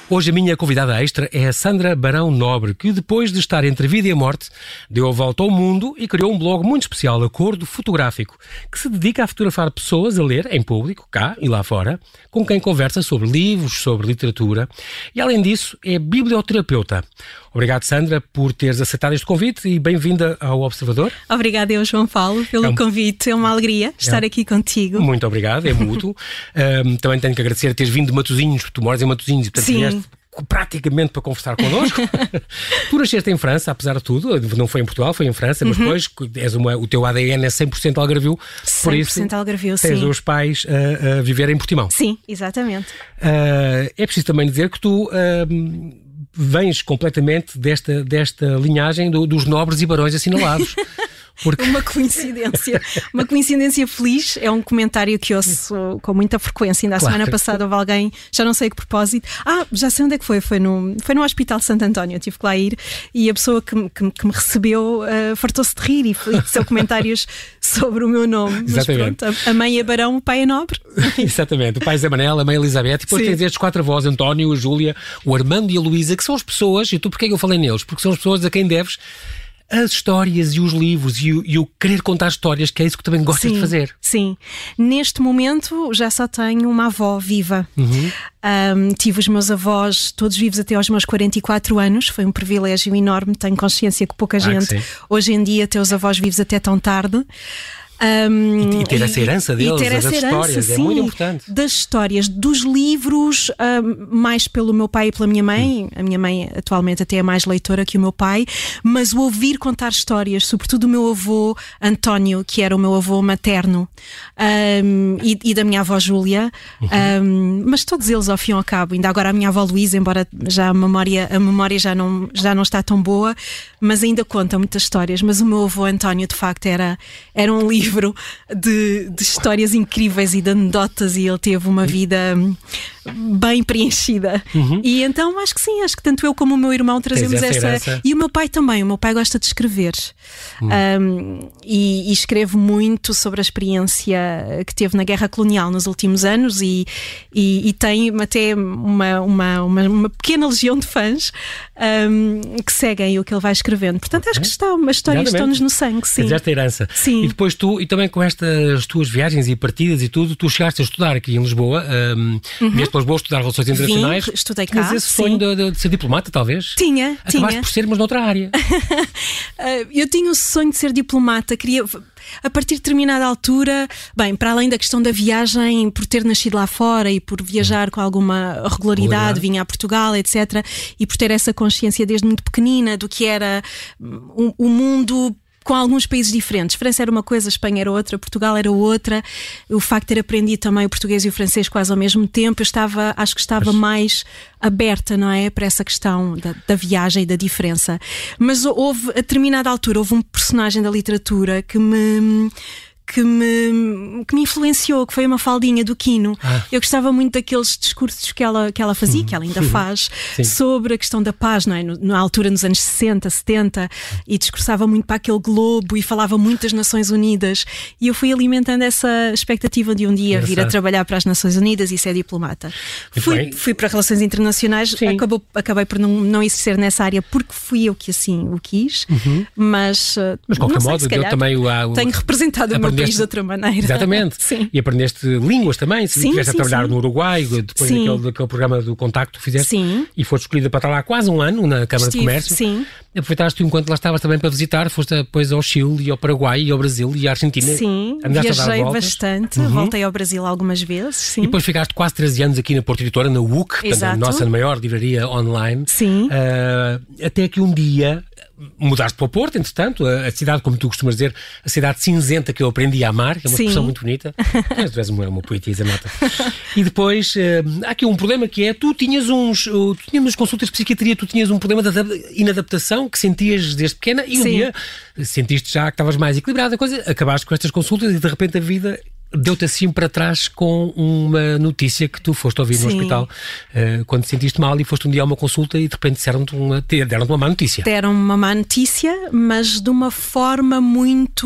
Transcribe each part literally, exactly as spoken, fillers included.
Hoje a minha convidada extra é a Sandra Barão Nobre, que depois de estar entre a vida e a morte, deu a volta ao mundo e criou um blog muito especial, Acordo Fotográfico, que se dedica a fotografar pessoas a ler em público, cá e lá fora, com quem conversa sobre livros, sobre literatura e, além disso, é biblioterapeuta. Obrigado, Sandra, por teres aceitado este convite e bem-vinda ao Observador. Obrigada eu, João Paulo, pelo é um... convite. É uma alegria estar é. aqui contigo. Muito obrigado, é mútuo. um, também tenho que agradecer a teres vindo de Matosinhos, porque tu moras em Matosinhos e, portanto, vieste praticamente para conversar connosco. Tu nasceste em França, apesar de tudo, não foi em Portugal, foi em França, mas uhum. depois és uma, o teu A D N é cem por cento algarvio, por isso algarvio, tens sim. os pais a, a viver em Portimão. Sim, exatamente. Uh, é preciso também dizer que tu uh, vens completamente desta, desta linhagem do, dos nobres e barões assinalados. Porque... Uma coincidência, uma coincidência feliz. É um comentário que ouço com muita frequência. Ainda a claro. semana passada houve alguém, já não sei a que propósito. Ah, já sei onde é que foi. Foi no, foi no Hospital de Santo António. Eu tive que lá ir e a pessoa que, que, que me recebeu uh, fartou-se de rir e fez comentários sobre o meu nome. Exatamente. Mas pronto, a mãe é Barão, o pai é Nobre. Exatamente. O pai é Zé Manel, a mãe é Elizabeth. E depois Sim. tens estes quatro avós, António, a Júlia, o Armando e a Luísa, que são as pessoas, e tu porquê é que eu falei neles? Porque são as pessoas a quem deves as histórias e os livros e o, e o querer contar histórias, que é isso que também gostas sim, de fazer. Sim. Neste momento já só tenho uma avó viva. Uhum. Um, tive os meus avós todos vivos até aos meus quarenta e quatro anos. Foi um privilégio enorme. Tenho consciência que pouca claro gente que hoje em dia tem os avós vivos até tão tarde. Um, e ter essa herança deles, ter essa das herança, histórias, sim, é muito importante. Das histórias, dos livros, um, mais pelo meu pai e pela minha mãe. Hum. A minha mãe atualmente até é mais leitora que o meu pai, mas o ouvir contar histórias, sobretudo do meu avô António, que era o meu avô materno, um, e, e da minha avó Júlia, uhum. um, mas todos eles ao fim e ao cabo. Ainda agora a minha avó Luísa, embora já a memória, a memória já, não, já não está tão boa, mas ainda conta muitas histórias. Mas o meu avô António, de facto, era, era um livro De, de histórias incríveis e de anedotas, e ele teve uma vida bem preenchida. Uhum. E então acho que sim, acho que tanto eu como o meu irmão trazemos essa, essa... E o meu pai também, o meu pai gosta de escrever. Uhum. um, e, e escreve muito sobre a experiência que teve na guerra colonial nos últimos anos e, e, e tem até uma, uma, uma, uma pequena legião de fãs um, que seguem o que ele vai escrevendo. Portanto acho que está, as histórias estão-nos no sangue. Sim. Tens esta herança. Sim. E depois tu, e também com estas tuas viagens e partidas e tudo, tu chegaste a estudar aqui em Lisboa, um, uhum. vieste para Lisboa estudar Relações Internacionais. Vim, estudei cá. Tinhas esse sonho de, de, de ser diplomata, talvez? Tinha, Acabaste tinha. por ser, mas noutra área. Eu tinha o sonho de ser diplomata, queria... A partir de determinada altura, bem, para além da questão da viagem, por ter nascido lá fora e por viajar com alguma regularidade, vinha a Portugal, etcétera, e por ter essa consciência desde muito pequenina do que era o, o mundo com alguns países diferentes. França era uma coisa, Espanha era outra, Portugal era outra. O facto de ter aprendido também o português e o francês quase ao mesmo tempo, eu estava, acho que estava Mas... mais aberta, não é, para essa questão da, da viagem e da diferença. Mas houve, a determinada altura, houve um personagem da literatura que me... Que me, que me influenciou, que foi uma Mafaldinha do Quino. Ah. Eu gostava muito daqueles discursos que ela, que ela fazia, que ela ainda faz, Sim. sobre a questão da paz, não é? No, na altura, nos anos sessenta, setenta, e discursava muito para aquele globo e falava muito das Nações Unidas. E eu fui alimentando essa expectativa de um dia Engraçado. vir a trabalhar para as Nações Unidas e ser diplomata. Fui, fui para Relações Internacionais, acabou, acabei por não, não exercer nessa área porque fui eu que assim o quis, uhum. mas, mas de qualquer não sei, modo, se calhar, eu também o, tenho representado o meu de outra maneira. Exatamente. Sim. E aprendeste línguas também. Se estiveste a trabalhar sim. no Uruguai, depois sim. daquele, daquele programa do contacto que fizeste, sim. e foste escolhida para estar lá quase um ano na Câmara Estive, de Comércio. Sim. Aproveitaste enquanto lá estavas também para visitar, foste depois ao Chile e ao Paraguai e ao Brasil e à Argentina. Sim, Andaste viajei bastante, uhum. voltei ao Brasil algumas vezes. Sim. E depois ficaste quase treze anos aqui na Porta Editora, na U C, portanto, a nossa maior livraria online. Sim. Uh, até que um dia mudaste para o Porto, entretanto, a, a cidade, como tu costumas dizer, a cidade cinzenta que eu aprendi a amar, que é uma Sim. expressão muito bonita. Mas tu és uma, uma poetisa, nata. E depois, uh, há aqui um problema que é, tu tinhas uns, uh, tu tinhas umas consultas de psiquiatria, tu tinhas um problema de inadaptação que sentias desde pequena e um Sim. dia sentiste já que estavas mais equilibrada, coisa, acabaste com estas consultas e de repente a vida deu-te assim para trás com uma notícia que tu foste ouvir no Sim. hospital uh, quando te sentiste mal e foste um dia a uma consulta e de repente disseram-te uma, deram-te uma má notícia. Deram uma má notícia, mas de uma forma muito...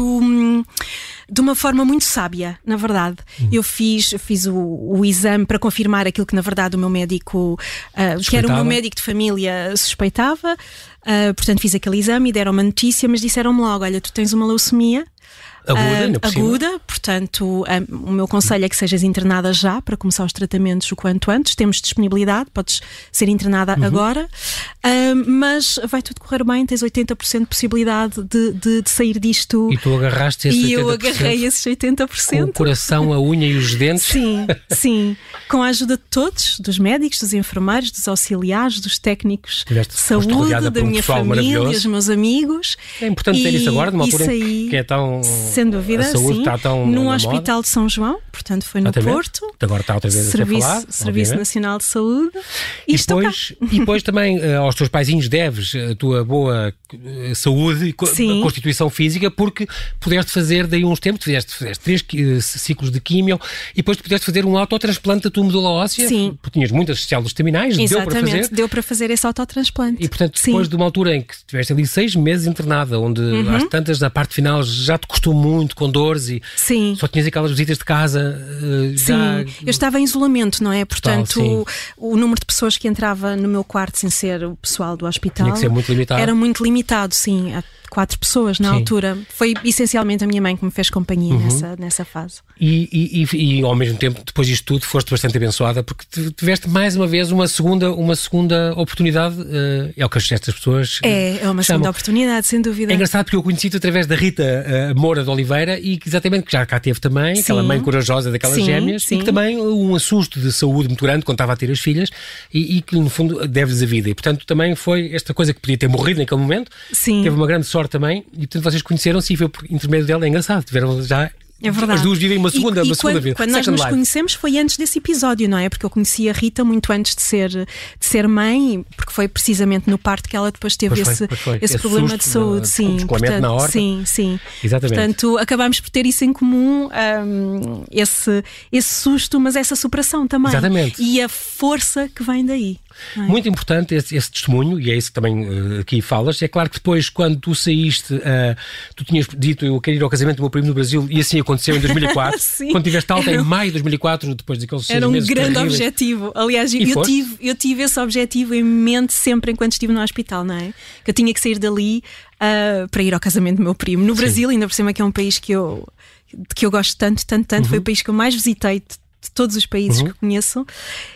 de uma forma muito sábia, na verdade. Hum. Eu fiz, fiz o, o exame para confirmar aquilo que na verdade o meu médico, uh, que era o meu médico de família, suspeitava. Uh, portanto fiz aquele exame e deram uma notícia, mas disseram-me logo, olha, tu tens uma leucemia aguda, uh, aguda, portanto um, o meu conselho é que sejas internada já para começar os tratamentos o quanto antes. Temos disponibilidade, podes ser internada uhum. agora, uh, mas vai tudo correr bem, tens oitenta por cento de possibilidade de, de, de sair disto. E tu agarraste esse e oitenta por cento? E eu agarrei esses oitenta por cento. Com o coração, a unha e os dentes? Sim, sim. Com a ajuda de todos, dos médicos, dos enfermeiros, dos auxiliares, dos técnicos Tiveste, de saúde, da um minha família, dos meus amigos. É importante ter isso agora, numa altura aí, que é tão... Sem dúvida, a saúde sim. Está tão no na Hospital moda. de São João, portanto foi no Exatamente. Porto. Agora está outra vez Serviço, a falar. Serviço obviamente. Nacional de Saúde. E, e, depois, e depois também uh, aos teus paizinhos deves a tua boa uh, saúde e co constituição física, porque pudeste fazer daí uns tempos, fizeste, fizeste três uh, ciclos de químio e depois pudeste fazer um autotransplante da tua medula óssea. Sim. Porque tinhas muitas células terminais. Exatamente, deu para fazer. deu para fazer esse autotransplante. E portanto, depois Sim. de uma altura em que estiveste ali seis meses internada, onde uhum. às tantas, a parte final já te custou muito, com dores e Sim. só tinhas aquelas visitas de casa. Uh, sim, já... eu estava em isolamento, não é? Portanto, Total, o, o número de pessoas que entrava no meu quarto sem ser o pessoal do hospital tinha que ser muito limitado. Era muito limitado, sim. Há quatro pessoas na sim. altura. Foi essencialmente a minha mãe que me fez companhia uhum. nessa, nessa fase. E, e, e, e ao mesmo tempo, depois disto tudo, foste bastante abençoada porque tiveste mais uma vez uma segunda, uma segunda oportunidade. Uh, é o que estas pessoas É, é uma chamam. segunda oportunidade, sem dúvida. É engraçado porque eu conheci-te através da Rita uh, Moura de Oliveira e que exatamente que já cá teve também, sim. aquela mãe corajosa daquelas sim, gêmeas sim. e que também um assusto de saúde muito grande quando estava a ter as filhas e, e que no fundo deve-lhes a vida. E portanto também foi esta coisa que podia ter morrido naquele momento. Sim. Teve uma grande sorte também e portanto vocês conheceram-se e foi por intermédio dela. É engraçado, tiveram já... É verdade. As duas vivem uma segunda, e, uma e segunda quando, vida. Quando nós nos life. conhecemos foi antes desse episódio, não é? Porque eu conheci a Rita muito antes de ser, de ser mãe, porque foi precisamente no parto que ela depois teve pois esse, foi, foi. esse, esse susto, problema de saúde. Na, sim, portanto, na horta. sim, sim. Exatamente. Portanto, acabámos por ter isso em comum, um, esse, esse susto, mas essa superação também. Exatamente. E a força que vem daí. É? Muito importante esse, esse testemunho, e é isso que também uh, aqui falas. É claro que depois, quando tu saíste, uh, tu tinhas dito eu quero ir ao casamento do meu primo no Brasil, e assim aconteceu em dois mil e quatro. Quando tiveste alta era em maio de dois mil e quatro, depois daqueles seis Era um meses grande terríveis. objetivo. Aliás, e eu tive, eu tive esse objetivo em mente sempre enquanto estive no hospital, não é? Que eu tinha que sair dali uh, para ir ao casamento do meu primo. No Brasil, Sim. ainda por cima, que é um país que eu, que eu gosto tanto, tanto, tanto. Uhum. Foi o país que eu mais visitei de todos os países uhum. que conheço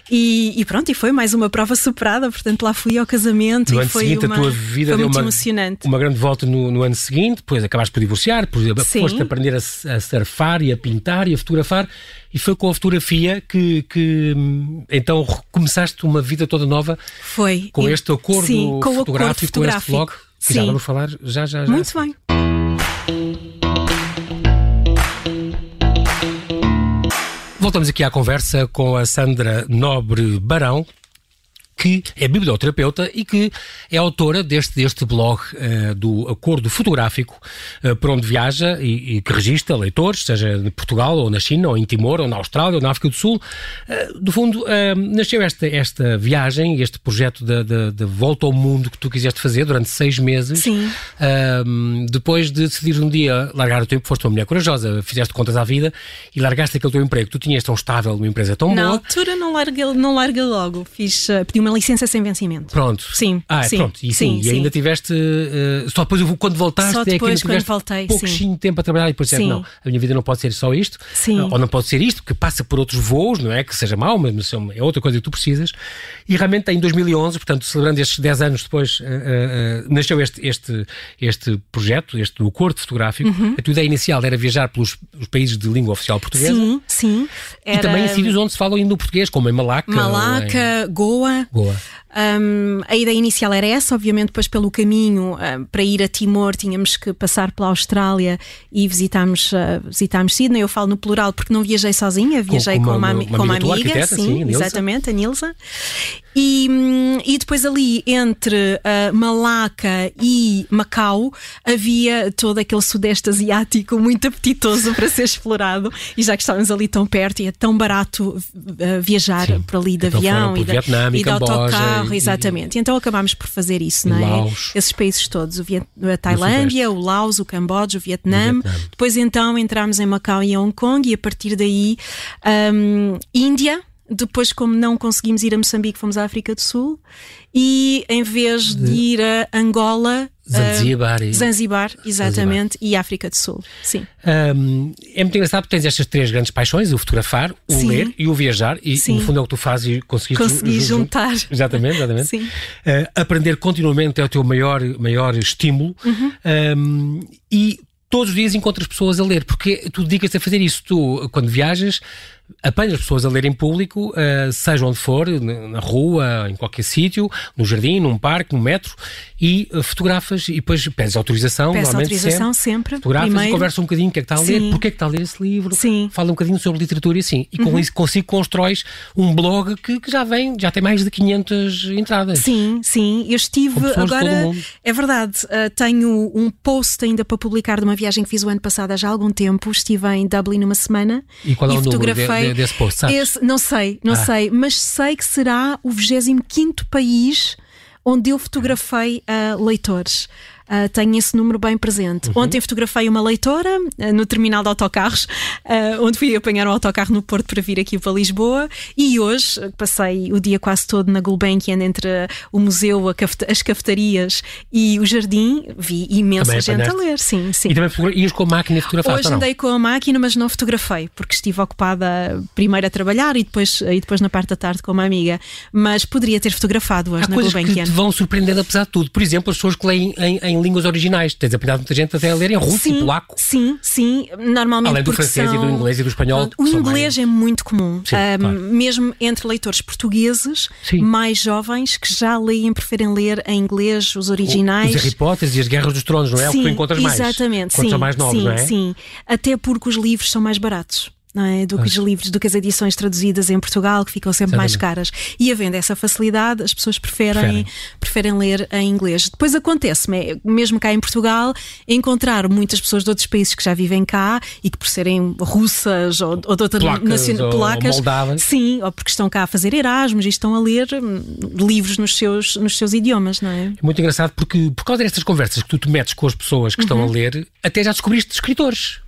e, e pronto, e foi mais uma prova superada, portanto lá fui ao casamento no e ano foi, seguinte, uma, a tua vida foi deu muito uma, emocionante. Uma grande volta no, no ano seguinte, depois acabaste por divorciar, por, foste aprender a, a surfar e a pintar e a fotografar e foi com a fotografia que, que então começaste uma vida toda nova foi. com e, este acordo sim, com fotográfico, o acordo fotográfico, com este blog, que sim. já vamos falar já, já, já. Muito bem. Voltamos aqui à conversa com a Sandra Nobre Barão, que é biblioterapeuta e que é autora deste, deste blog uh, do Acordo Fotográfico, uh, por onde viaja e, e que registra leitores, seja em Portugal, ou na China, ou em Timor, ou na Austrália, ou na África do Sul. Uh, do fundo, uh, nasceu esta, esta viagem, este projeto de, de, de volta ao mundo que tu quiseste fazer durante seis meses. Sim. Uh, depois de decidir um dia largar o teu emprego, foste uma mulher corajosa, fizeste contas à vida e largaste aquele teu emprego. Tu tinhas tão estável, uma empresa tão na boa. Na altura não larguei, não larguei logo. Fiz, uh, pedi uma licença sem vencimento. Pronto. Sim. Ah, sim, pronto. E, sim, sim, e ainda tiveste. Uh, só depois, quando voltaste, só depois, é que quando voltei, pouquinho tempo a trabalhar e depois disseste, não, a minha vida não pode ser só isto. Sim. Uh, ou não pode ser isto, porque passa por outros voos, não é? Que seja mau, mas é outra coisa que tu precisas. E realmente em dois mil e onze, portanto, celebrando estes dez anos depois, uh, uh, nasceu este, este, este projeto, este acordo fotográfico. Uhum. A tua ideia inicial era viajar pelos os países de língua oficial portuguesa. Sim, sim. Era... E também em sítios onde se fala ainda o português, como em Malaca. Malaca, em... Goa. Goa. Um, a ideia inicial era essa, obviamente depois pelo caminho uh, para ir a Timor tínhamos que passar pela Austrália e visitámos, uh, visitámos Sydney. Eu falo no plural porque não viajei sozinha, viajei com, com, uma, uma, uma, com uma amiga, amiga sim, sim, a exatamente, a Nilsa. E, e depois ali entre uh, Malaca e Macau havia todo aquele sudeste asiático muito apetitoso para ser explorado, e já que estávamos ali tão perto e é tão barato uh, viajar sim. por ali de então avião e, Vietnã, e de autocarro, e, exatamente. E então acabámos por fazer isso, não é? Laos. Esses países todos, o Viet... a Tailândia, o Laos, o Camboja, o Vietnã. o Vietnã. Depois então entramos em Macau e em Hong Kong, e a partir daí um, Índia. Depois, como não conseguimos ir a Moçambique, fomos à África do Sul, e em vez de ir a Angola, Zanzibar, uh, Zanzibar exatamente, Zanzibar. E África do Sul, sim. Um, é muito engraçado porque tens estas três grandes paixões: o fotografar, o sim. ler e o viajar, e sim. no fundo é o que tu fazes e conseguiste Consegui juntar. Exatamente, exatamente. Sim. Uh, aprender continuamente é o teu maior, maior estímulo. Uhum. Um, e todos os dias encontras pessoas a ler, porque tu dedicas-te a fazer isso. Tu, quando viajas, apanhas pessoas a ler em público, uh, seja onde for, na rua, em qualquer sítio, no jardim, num parque, no metro, e uh, fotografas e depois pedes autorização. Peço autorização sempre. Fotografas primeiro. E conversa um bocadinho o que é que está a ler, Sim. porque é que está a ler esse livro, Sim. fala um bocadinho sobre literatura e assim. E com uhum. isso consigo constróis um blog que, que já vem, já tem mais de quinhentas entradas. Sim, sim. Eu estive agora, é verdade, uh, tenho um post ainda para publicar de uma viagem que fiz o ano passado há já algum tempo. Estive em Dublin uma semana. E qual é e o fotografei número de, de, desse post, sabes? Esse, não sei, não ah. sei, mas sei que será o vigésimo quinto país onde eu fotografei uh, leitores. Uh, tenho esse número bem presente. Uhum. Ontem fotografei uma leitora uh, no terminal de autocarros, uh, onde fui apanhar um autocarro no Porto para vir aqui para Lisboa, e hoje uh, passei o dia quase todo na Gulbenkian, entre uh, o museu, a cafeta- as cafetarias e o jardim. Vi imensa também gente apanhaste. a ler, sim, sim. E também ias com a máquina e fotografaste? Hoje andei com a máquina, mas não fotografei, porque estive ocupada primeiro a trabalhar e depois, e depois na parte da tarde com uma amiga. Mas poderia ter fotografado hoje Há na coisas Gulbenkian. que te vão surpreendendo apesar de tudo. Por exemplo, as pessoas que leem em, em línguas originais. Tens apanhado muita gente até a ler em russo sim, e polaco. Sim, sim. Normalmente além do francês são... e do inglês e do espanhol. O inglês mais... é muito comum. Sim, um, claro. Mesmo entre leitores portugueses, sim. mais jovens, que já leem, preferem ler em inglês os originais. Os Harry Potter e as Guerras dos Tronos, não é? Sim, o que tu encontras mais. Exatamente. Quando sim, são mais novos, sim, não é? Sim, até porque os livros são mais baratos. Não é? Do que os livros, do que as edições traduzidas em Portugal, que ficam sempre Exatamente. mais caras. E havendo essa facilidade, as pessoas preferem, preferem ler em inglês. Depois acontece-me, mesmo cá em Portugal, encontrar muitas pessoas de outros países que já vivem cá e que por serem russas ou, ou de outra nacionalidade, polacas, moldavas. Sim, ou porque estão cá a fazer Erasmus e estão a ler livros nos seus, nos seus idiomas, não é? É muito engraçado porque, por causa destas conversas que tu te metes com as pessoas que uhum. estão a ler, até já descobriste escritores.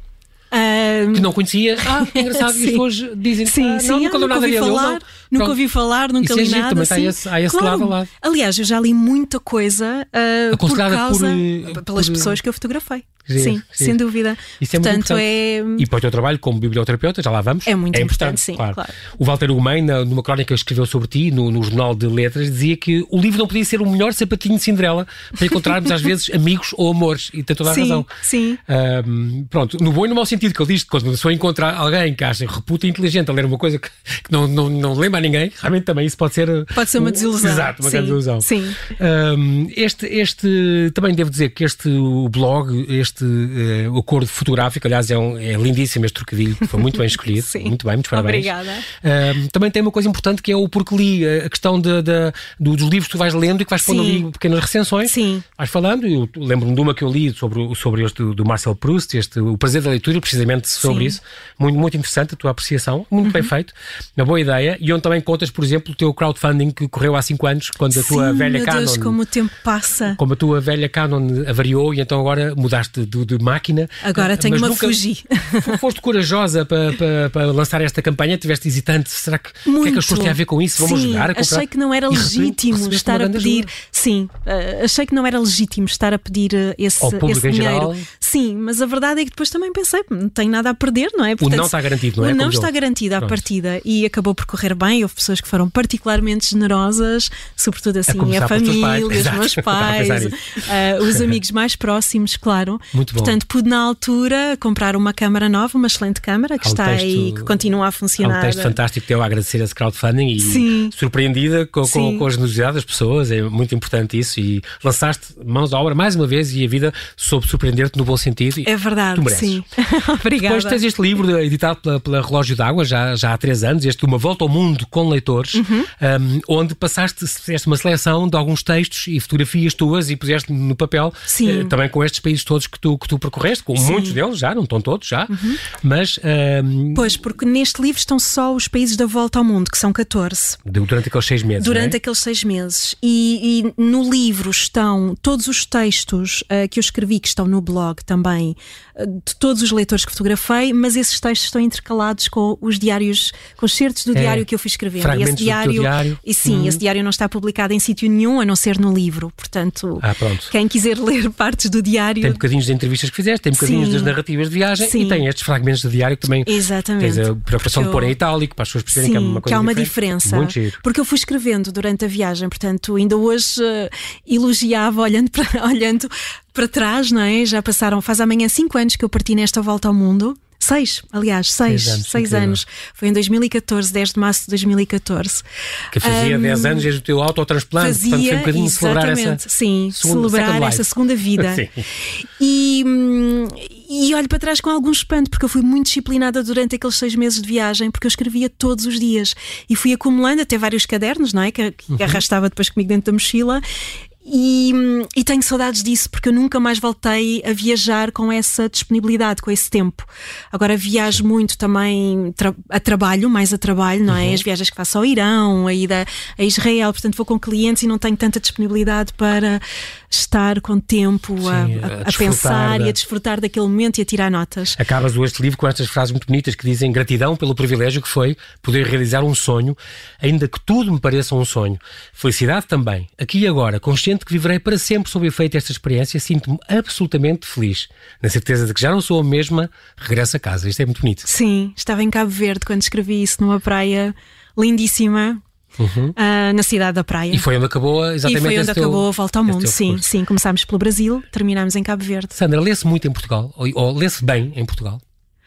Um... Que não conhecias. Ah, que engraçado. E as pessoas dizem sim, ah, sim, não, nunca, nunca nada ouvi dele. falar, não. nunca ouvi falar, nunca li é nada. Também sim. há esse, há esse claro. lado a lado. Aliás, eu já li muita coisa uh, por causa por, pelas por... pessoas que eu fotografei. Sim, sim, sim, sem dúvida. Isso é Portanto, muito é... E para o teu trabalho como biblioterapeuta, já lá vamos. É muito é importante, importante, sim, claro. claro. O Walter Ugumem, numa crónica que escreveu sobre ti, no, no Jornal de Letras, dizia que o livro não podia ser o melhor sapatinho de Cinderela para encontrarmos às vezes amigos ou amores. E tem toda a sim, razão. Sim, um, Pronto, no bom e no mau sentido que ele diz, quando a pessoa encontra alguém que acha reputa inteligente a ler uma coisa que, que não, não, não lembra a ninguém, realmente também isso pode ser... Pode ser uma desilusão. Exato, uma sim, grande desilusão. Sim. Um, este, este, também devo dizer que este o blog, este uh, acordo fotográfico, aliás, é, um, é lindíssimo este trocadilho, foi muito bem escolhido. Sim. Muito bem, muitos parabéns. Obrigada. Um, também tem uma coisa importante que é o porque li, a questão de, de, dos livros que tu vais lendo e que vais pondo ali pequenas recensões. Sim. Vais falando, eu lembro-me de uma que eu li sobre, sobre este do Marcel Proust, este, o prazer da leitura, precisamente sobre Sim. isso. Muito, muito interessante a tua apreciação, muito uhum. bem feito, uma boa ideia. E onde também contas, por exemplo, o teu crowdfunding que correu há cinco anos, quando a tua Sim, velha meu Canon. Deus, como o tempo passa. Como a tua velha Canon avariou e então agora mudaste de, de máquina. Agora tenho Mas uma nunca fugir. Foste corajosa para, para, para lançar esta campanha, tiveste hesitante. Será que o que é que as pessoas têm a ver com isso? Vamos Sim, ajudar a comprar? Achei que não era legítimo estar a pedir. Ajuda. Sim, uh, achei que não era legítimo estar a pedir uh, esse, esse dinheiro. Geral. sim, mas a verdade é que depois também pensei, não tenho nada a perder, não é? Portanto, o não está garantido, não é? O não está eu. garantido à Pronto. partida e acabou por correr bem. Houve pessoas que foram particularmente generosas, sobretudo assim, a, a família, os Exato. meus pais, uh, os amigos mais próximos, claro. Muito bom. Portanto, pude na altura comprar uma câmara nova, uma excelente câmara que um está texto, aí, que continua a funcionar. Há um texto fantástico teu a agradecer esse crowdfunding e Sim. surpreendida com, com, com a generosidade das pessoas, é muito importante isso, e lançaste mãos à obra mais uma vez e a vida soube surpreender-te no bom sentido. É verdade, sim. Obrigada. Depois tens este livro editado pela, pela Relógio d'Água já, já há três anos, este Uma Volta ao Mundo com Leitores, uhum. um, onde passaste, fizeste uma seleção de alguns textos e fotografias tuas e puseste no papel, uh, também com estes países todos que tu, que tu percorreste, com sim. muitos deles já, não estão todos já, uhum. mas... Um, pois, porque neste livro estão só os países da volta ao mundo, que são catorze. Durante aqueles seis meses, Durante não é? aqueles seis meses. E, e no livro estão todos os textos uh, que eu escrevi, que estão no blog também, uh, de todos os leitores que fotografei, mas esses textos estão intercalados com os diários, com os certos do é, diário que eu fui escrevendo. Fragmentos e esse diário, do teu diário. E sim, hum. esse diário não está publicado em sítio nenhum, a não ser no livro. Portanto, ah, pronto. quem quiser ler partes do diário... Tem bocadinhos de entrevistas que fizeste, tem bocadinhos sim. das narrativas de viagem sim. e tem estes fragmentos de diário que também Exatamente. tens a preocupação de pôr em itálico para as pessoas perceberem sim, que é uma coisa que há uma diferente. diferença. Muito giro. Porque eu fui escrevendo durante a viagem, portanto, ainda hoje uh, elogiava olhando para, olhando para trás, não é? Já passaram, faz amanhã cinco anos que eu parti nesta volta ao mundo. Seis, aliás, seis, seis anos. Seis anos. Foi em dois mil e catorze, dez de março de dois mil e catorze. Que fazia um, dez anos desde o teu autotransplante, fazia, portanto foi um bocadinho celebrar essa... Sim, segunda, celebrar essa segunda vida. Sim. E, e olho para trás com algum espanto, porque eu fui muito disciplinada durante aqueles seis meses de viagem, porque eu escrevia todos os dias. E fui acumulando até vários cadernos, não é? Que, que uhum. arrastava depois comigo dentro da mochila. E, e tenho saudades disso, porque eu nunca mais voltei a viajar com essa disponibilidade, com esse tempo. Agora viajo muito também tra- a trabalho, mais a trabalho, não é? Uhum. As viagens que faço ao Irão, a ida a Israel, portanto vou com clientes e não tenho tanta disponibilidade para estar com tempo Sim, a, a, a pensar da... e a desfrutar daquele momento e a tirar notas. Acabas este livro com estas frases muito bonitas que dizem: gratidão pelo privilégio que foi poder realizar um sonho, ainda que tudo me pareça um sonho. Felicidade também, aqui e agora, consciente que viverei para sempre sob o efeito desta experiência, sinto-me absolutamente feliz. Na certeza de que já não sou a mesma, regresso a casa. Isto é muito bonito. Sim, estava em Cabo Verde quando escrevi isso, numa praia lindíssima. Uhum. Uh, na cidade da praia. E foi onde acabou exatamente E foi onde acabou teu, a volta ao mundo, sim, sim. Começámos pelo Brasil, terminámos em Cabo Verde. Sandra, lê-se muito em Portugal? Ou, ou lê-se bem em Portugal?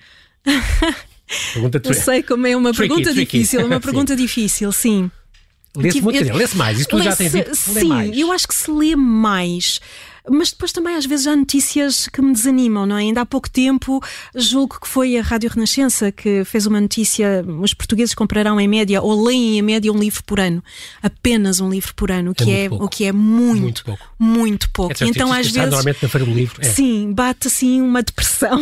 Pergunta Eu sei como é uma tricky, pergunta tricky. difícil, é uma pergunta difícil, sim. Lê-se muito, eu, lê-se mais, isso tu já tens dito, sim, mais. Eu acho que se lê mais. Mas depois também às vezes há notícias que me desanimam, não é? Ainda há pouco tempo, julgo que foi a Rádio Renascença que fez uma notícia: os portugueses comprarão em média, ou leem em média, um livro por ano. Apenas um livro por ano, o que é, é o que é muito, muito pouco. Muito pouco. É, então às vezes, normalmente na Feira do Livro. É. Sim, bate assim uma depressão.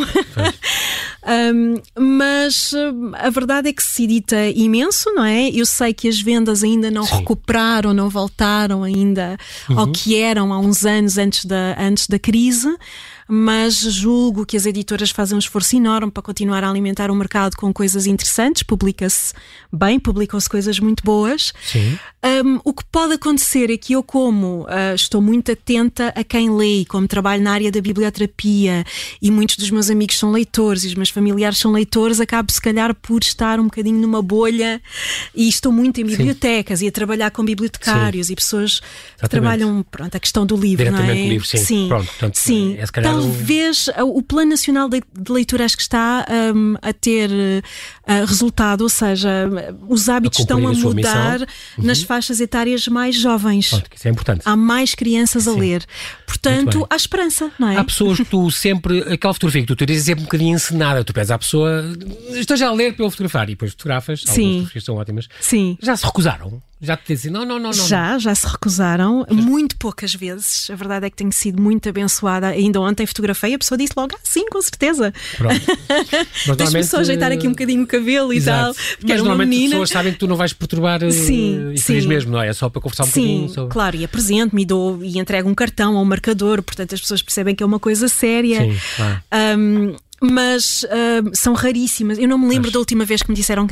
um, mas a verdade é que se edita imenso, não é? Eu sei que as vendas ainda não Sim. recuperaram, não voltaram ainda uhum. ao que eram há uns anos antes Da, antes da crise, mas julgo que as editoras fazem um esforço enorme para continuar a alimentar o mercado com coisas interessantes. Publica-se bem, publicam-se coisas muito boas. Sim. Um, o que pode acontecer é que eu, como uh, estou muito atenta a quem lê, como trabalho na área da biblioterapia e muitos dos meus amigos são leitores e os meus familiares são leitores, acabo se calhar por estar um bocadinho numa bolha e estou muito em bibliotecas sim. e a trabalhar com bibliotecários sim. e pessoas Exatamente. que trabalham pronto, a questão do livro, diretamente não é? do livro, sim. sim. Pronto, portanto, sim. É, se calhar Talvez um... o Plano Nacional de, de Leitura acho que está um, a ter uh, resultado, ou seja, os hábitos a estão a mudar uhum. nas faixas etárias mais jovens. Pronto, isso é importante. Há mais crianças Sim. a ler. Portanto, há esperança, não é? Há pessoas que tu sempre, aquela fotografia que tu teres sempre um bocadinho encenada, tu pedes à pessoa, esteja a ler para eu fotografar, e depois fotografas, algumas fotografias são ótimas. Sim. Já se recusaram? Já te dizem, não, não, não, não. Já, já se recusaram, já. Muito poucas vezes. A verdade é que tenho sido muito abençoada. Ainda ontem fotografei, a pessoa disse logo, ah, sim, com certeza. Pronto. Deixa-me só ajeitar aqui um bocadinho o cabelo e Exato. tal. Mas normalmente as pessoas sabem que tu não vais perturbar sim, e sim. mesmo, não é? É só para conversar um sim, bocadinho sobre... claro, e apresento-me e, dou, e entrego um cartão ou um marcador, portanto as pessoas percebem que é uma coisa séria. Sim, claro. Um, mas uh, são raríssimas. Eu não me lembro mas... da última vez que me disseram que não.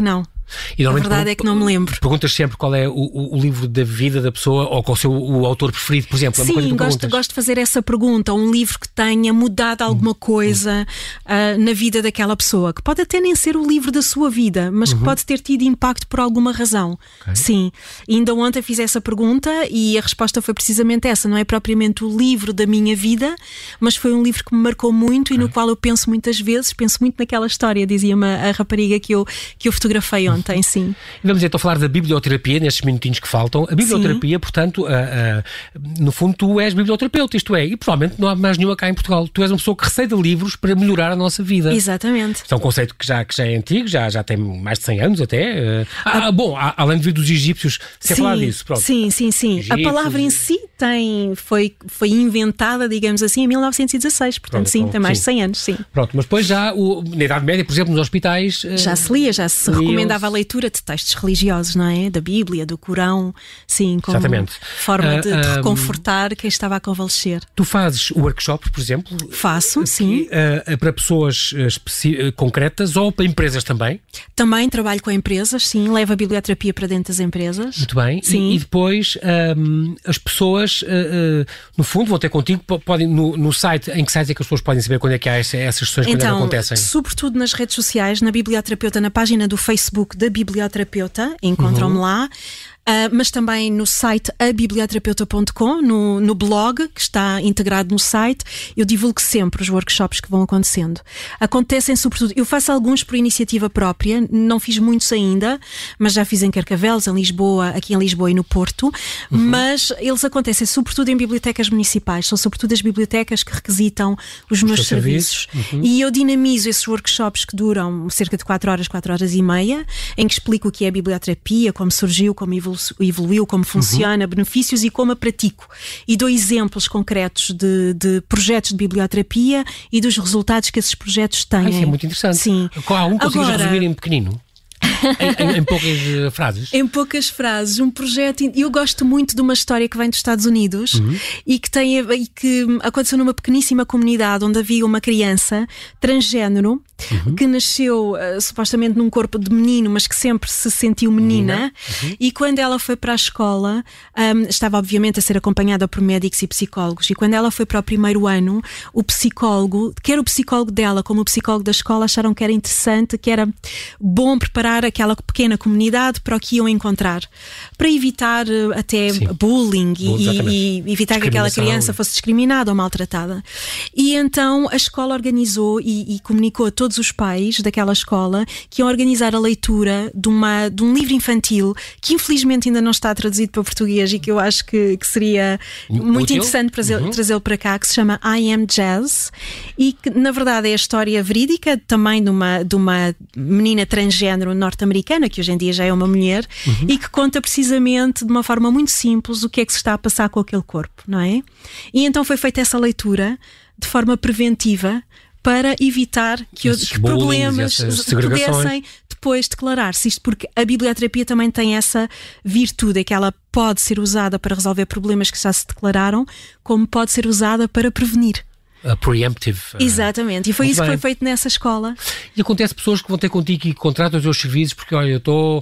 E a verdade é que não me lembro. Perguntas sempre qual é o, o, o livro da vida da pessoa ou qual é o seu o autor preferido, por exemplo? É uma Sim, coisa que gosto, gosto de fazer essa pergunta. Um livro que tenha mudado alguma coisa uh, na vida daquela pessoa, que pode até nem ser o livro da sua vida, mas uhum. que pode ter tido impacto por alguma razão. Okay. Sim. E ainda ontem fiz essa pergunta e a resposta foi precisamente essa. Não é propriamente o livro da minha vida, mas foi um livro que me marcou muito okay. e no qual eu penso muitas vezes, penso muito naquela história, dizia-me a rapariga que eu, que eu fotografei ontem, sim. E vamos então falar da biblioterapia, nestes minutinhos que faltam. A biblioterapia, sim. portanto, a, a, no fundo tu és biblioterapeuta, isto é, e provavelmente não há mais nenhuma cá em Portugal. Tu és uma pessoa que receita livros para melhorar a nossa vida. Exatamente. Isto é um conceito que já, que já é antigo, já, já tem mais de cem anos até. Ah, ah, bom, além de vir dos egípcios, se é falar disso, pronto. Sim, sim, sim. Egípcios. A palavra em si tem, foi, foi inventada, digamos assim, em mil novecentos e dezasseis, portanto, pronto, sim, então, tem mais sim. de cem anos, sim. Pronto, mas depois já, o, na Idade Média, por exemplo, nos hospitais... Já se lia, já se lia recomendava a leitura de textos religiosos, não é? Da Bíblia, do Corão, sim, como Exatamente. forma uh, de, de reconfortar quem estava a convalescer. Tu fazes workshops, por exemplo? Faço, sim. Uh, para pessoas uh, concretas ou para empresas também? Também trabalho com empresas, sim, levo a biblioterapia para dentro das empresas. Muito bem. Sim. E, e depois um, as pessoas, uh, uh, no fundo, vão ter contigo, podem, no, no site, em que site é que as pessoas podem saber quando é que há essa, essas sessões, então, quando é que acontecem? Sobretudo nas redes sociais, na biblioterapeuta, na página do Facebook da biblioterapeuta, encontram-me uhum. lá. Uh, mas também no site a biblioterapeuta ponto com, no, no blog, que está integrado no site, eu divulgo sempre os workshops que vão acontecendo. Acontecem sobretudo, eu faço alguns por iniciativa própria, não fiz muitos ainda, mas já fiz em Carcavelos, em Lisboa, aqui em Lisboa e no Porto, uhum. mas eles acontecem sobretudo em bibliotecas municipais, são sobretudo as bibliotecas que requisitam os, os meus serviços. Uhum. E eu dinamizo esses workshops que duram cerca de quatro horas, quatro horas e meia, em que explico o que é a biblioterapia, como surgiu, como evoluiu, evoluiu, como funciona, uhum. benefícios e como a pratico. E dou exemplos concretos de, de projetos de biblioterapia e dos resultados que esses projetos têm. Ah, isso é muito interessante. Sim. Qual há um que consegues resumir em pequenino? em, em, em poucas uh, frases? Em poucas frases. Um projeto... Eu gosto muito de uma história que vem dos Estados Unidos uhum. e, que tem, e que aconteceu numa pequeníssima comunidade onde havia uma criança transgénero uhum. que nasceu uh, supostamente num corpo de menino, mas que sempre se sentiu menina. Uhum. E quando ela foi para a escola, um, estava obviamente a ser acompanhada por médicos e psicólogos. E quando ela foi para o primeiro ano, o psicólogo, quer o psicólogo dela como o psicólogo da escola, acharam que era interessante, que era bom preparar aquela pequena comunidade para o que iam encontrar, para evitar uh, até Sim. bullying e, e evitar que aquela criança fosse discriminada ou maltratada. E então a escola organizou e, e comunicou a todos os pais daquela escola que iam organizar a leitura de, uma, de um livro infantil que infelizmente ainda não está traduzido para português e que eu acho que, que seria muito Útil? interessante trazer, uhum. trazê-lo para cá, que se chama I Am Jazz e que na verdade é a história verídica também de uma, de uma menina transgénero norte-americana, que hoje em dia já é uma mulher, uhum. e que conta precisamente de uma forma muito simples o que é que se está a passar com aquele corpo, não é? E então foi feita essa leitura de forma preventiva para evitar que, outros, que problemas pudessem depois declarar-se. Isto porque a biblioterapia também tem essa virtude, é que ela pode ser usada para resolver problemas que já se declararam, como pode ser usada para prevenir. A preemptive. Exatamente, e foi isso bem. que foi feito nessa escola. E acontece pessoas que vão ter contigo e contratam os teus serviços porque, olha, eu estou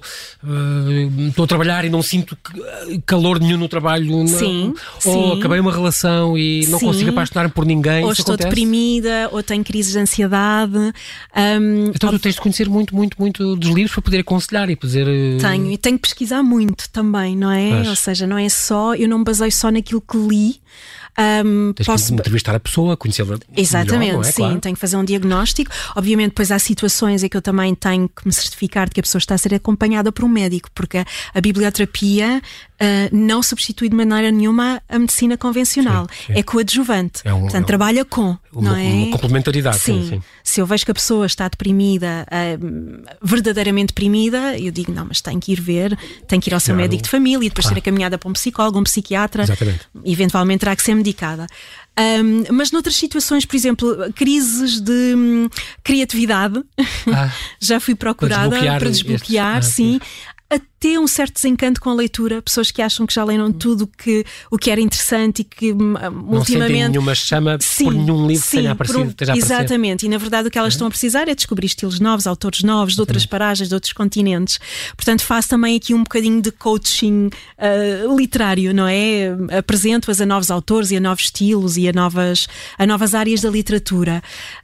uh, a trabalhar e não sinto calor nenhum no trabalho. Sim, não, ou sim. acabei uma relação e não sim. consigo apaixonar por ninguém. Ou isso estou acontece? deprimida, ou tenho crises de ansiedade. Um, então tu tens de conhecer muito, muito, muito dos livros para poder aconselhar e poder... Uh... Tenho, e tenho que pesquisar muito também, não é? Mas... Ou seja, não é só, eu não me baseio só naquilo que li. Um, Tens posso... que entrevistar a pessoa, conhecê-la. Exatamente, melhor, não é? sim, Claro. tenho que fazer um diagnóstico. Obviamente, depois há situações em que eu também tenho que me certificar de que a pessoa está a ser acompanhada por um médico, porque a, a biblioterapia uh, não substitui de maneira nenhuma a medicina convencional. Sim, sim. É coadjuvante, é um, portanto, é um, trabalha com. Uma, não é? uma complementaridade. Sim. Sim, sim. Se eu vejo que a pessoa está deprimida, uh, verdadeiramente deprimida, eu digo, não, mas tem que ir ver, tem que ir ao seu claro. médico de família e depois claro. ser encaminhada para um psicólogo, um psiquiatra. Exatamente. Eventualmente terá que ser medicada. Um, mas noutras situações, por exemplo, crises de hum, criatividade, ah, já fui procurada para desbloquear, para desbloquear este, ah, sim. sim. até um certo desencanto com a leitura, pessoas que acham que já leram tudo que, o que era interessante e que um, não ultimamente... sentem nenhuma chama sim, por nenhum livro sim, que tenha aparecido. Um, esteja exatamente, e na verdade o que elas estão a precisar é descobrir estilos novos, autores novos, de outras paragens, de outros continentes. Portanto, faço também aqui um bocadinho de coaching uh, literário, não é? Apresento-as a novos autores e a novos estilos e a novas, a novas áreas da literatura.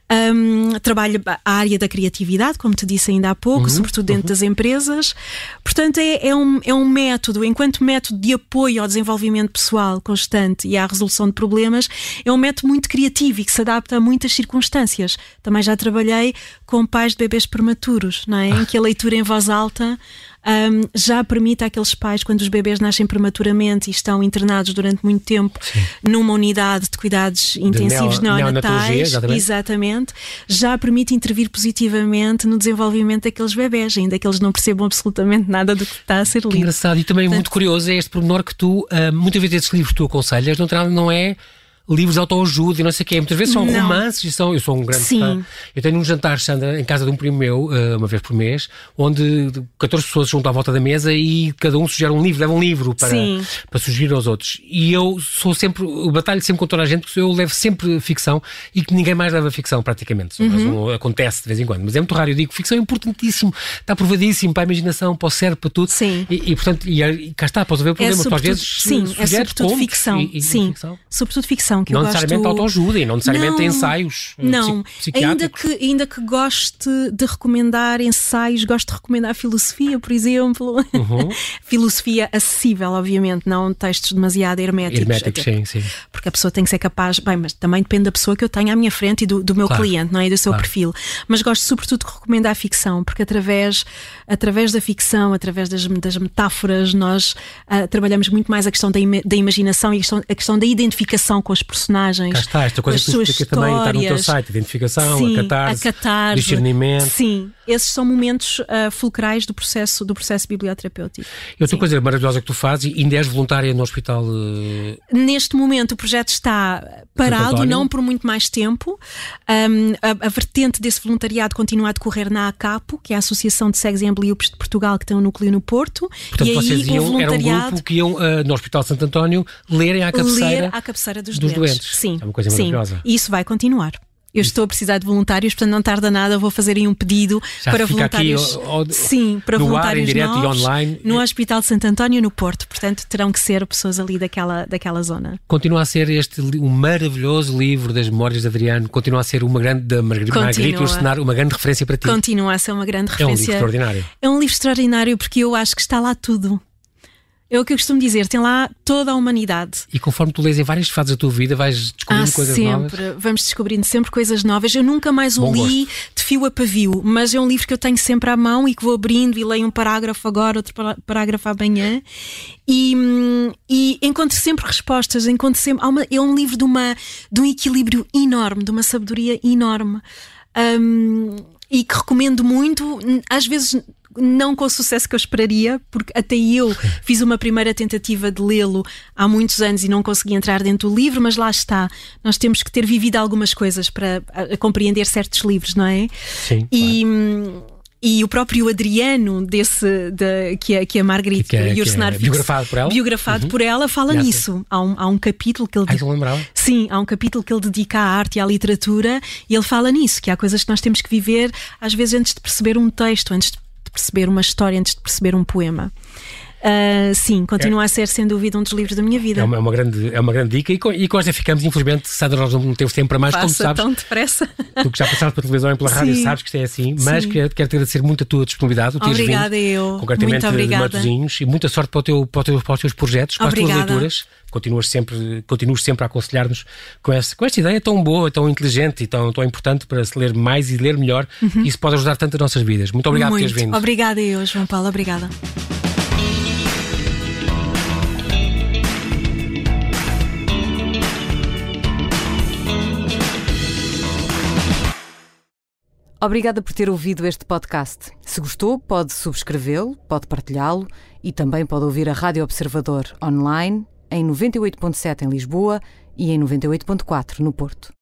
Um, trabalho a área da criatividade, como te disse ainda há pouco, uhum, sobretudo dentro uhum. das empresas. Portanto, é, é, um, é um método, enquanto método de apoio ao desenvolvimento pessoal constante e à resolução de problemas, é um método muito criativo e que se adapta a muitas circunstâncias. Também já trabalhei com pais de bebês prematuros, não é? Em que a leitura em voz alta Um, já permite àqueles pais, quando os bebês nascem prematuramente e estão internados durante muito tempo Sim. numa unidade de cuidados intensivos de neo, neonatais, exatamente. exatamente, já permite intervir positivamente no desenvolvimento daqueles bebés, ainda que eles não percebam absolutamente nada do que está a ser lido. Que engraçado, e também Portanto, muito curioso é este pormenor que tu, uh, muitas vezes esses livros que tu aconselhas, não, não é livros de autoajuda e não sei o quê. Muitas vezes são não. romances e são, eu sou um grande Sim. fã. Eu tenho um jantar, Sandra, em casa de um primo meu, uma vez por mês, onde catorze pessoas juntam à volta da mesa e cada um sugere um livro, leva um livro para, para sugerir aos outros. E eu sou sempre, eu batalho sempre com toda a gente, porque eu levo sempre ficção e que ninguém mais leva ficção, praticamente. Uhum. Mas, acontece de vez em quando. Mas é muito raro. Eu digo, ficção é importantíssimo, está provadíssimo para a imaginação, para o cérebro, para tudo. Sim. E, e portanto, e, e cá está, podes ver o problema. É às vezes, sim, é sobretudo ficção. E, e sim, ficção. sobretudo ficção. Que não eu necessariamente gosto... autoajuda e não necessariamente não, ensaios não. Ainda psiquiátricos. que, ainda que goste de recomendar ensaios, gosto de recomendar filosofia, por exemplo. Uhum. Filosofia acessível, obviamente, não textos demasiado herméticos. Herméticos, sim, sim. Porque a pessoa tem que ser capaz... Bem, mas também depende da pessoa que eu tenho à minha frente e do, do meu claro, cliente, não é? E do seu claro. perfil. Mas gosto sobretudo de recomendar a ficção, porque através, através da ficção, através das, das metáforas, nós uh, trabalhamos muito mais a questão da, ima, da imaginação e a questão, a questão da identificação com os personagens. Cá está, esta coisa que tu explicas também está no teu site, identificação, sim, a catarse, a catarse, discernimento. Sim, esses são momentos uh, fulcrais do processo, do processo biblioterapêutico. E outra sim. coisa maravilhosa que tu fazes, e ainda és voluntária no hospital... Uh... Neste momento o projeto está parado, não por muito mais tempo. Um, a, a vertente desse voluntariado continua a decorrer na ACAPO, que é a Associação de Cegos e Ambliopes de Portugal, que tem um núcleo no Porto. Portanto, e vocês aí, iam, o voluntariado... era um grupo que iam uh, no Hospital Santo António lerem à cabeceira, ler à cabeceira dos, dos doentes. doentes. Sim, é uma coisa maravilhosa. Sim. E isso vai continuar. Eu estou a precisar de voluntários, portanto não tarda nada, vou fazer aí um pedido Já para fica voluntários. Aqui, ao, sim, para no voluntários ar, em direto novos, e online. No Hospital de Santo António, no Porto. Portanto, terão que ser pessoas ali daquela, daquela zona. Continua a ser este um maravilhoso livro das Memórias de Adriano, continua a ser uma grande, da Margarita, Margarita Ursenar, uma grande referência para ti. Continua a ser uma grande referência. É um livro extraordinário. É um livro extraordinário porque eu acho que está lá tudo. É o que eu costumo dizer, tem lá toda a humanidade. E conforme tu lês em várias fases da tua vida, vais descobrindo ah, coisas sempre. novas. Vamos descobrindo sempre coisas novas. Eu nunca mais o Bom li gosto. de fio a pavio, mas é um livro que eu tenho sempre à mão e que vou abrindo e leio um parágrafo agora, outro parágrafo amanhã e, e encontro sempre respostas, encontro sempre... Há uma, é um livro de, uma, de um equilíbrio enorme, de uma sabedoria enorme um, e que recomendo muito, às vezes... não com o sucesso que eu esperaria, porque até eu fiz uma primeira tentativa de lê-lo há muitos anos e não consegui entrar dentro do livro, mas lá está. Nós temos que ter vivido algumas coisas para a, a compreender certos livros, não é? Sim, e, claro. E o próprio Adriano, desse, de, que, a, que a Margarita que, que, Ursenar que é biografado por ela, biografado uhum. por ela fala Graças. nisso. Há um, há um capítulo que ele... Ai, eu lembrava. Sim, há um capítulo que ele dedica à arte e à literatura e ele fala nisso, que há coisas que nós temos que viver às vezes antes de perceber um texto, antes de perceber uma história, antes de perceber um poema. Uh, sim, continua é, a ser sem dúvida um dos livros da minha vida. É uma, é uma, grande, é uma grande dica e com, e com esta ficamos, infelizmente, Sandra, nós não temos tempo para mais, Passa como sabes. Tão depressa. Tu que já passaste pela televisão e pela sim. rádio sabes que isto é assim, mas quero, quero te agradecer muito a tua disponibilidade, o teres obrigada vindo, eu. concretamente muito obrigada. de Matosinhos, e muita sorte para, o teu, para, o teu, para os teus projetos, para obrigada. as tuas leituras. Continuas sempre, continuas sempre a aconselhar-nos com, essa, com esta ideia tão boa, tão inteligente e tão, tão importante para se ler mais e ler melhor, uhum. e isso pode ajudar tanto as nossas vidas. Muito obrigado muito. por teres vindo. Obrigada eu, João Paulo, obrigada. Obrigada por ter ouvido este podcast. Se gostou, pode subscrevê-lo, pode partilhá-lo e também pode ouvir a Rádio Observador online em noventa e oito ponto sete em Lisboa e em noventa e oito ponto quatro no Porto.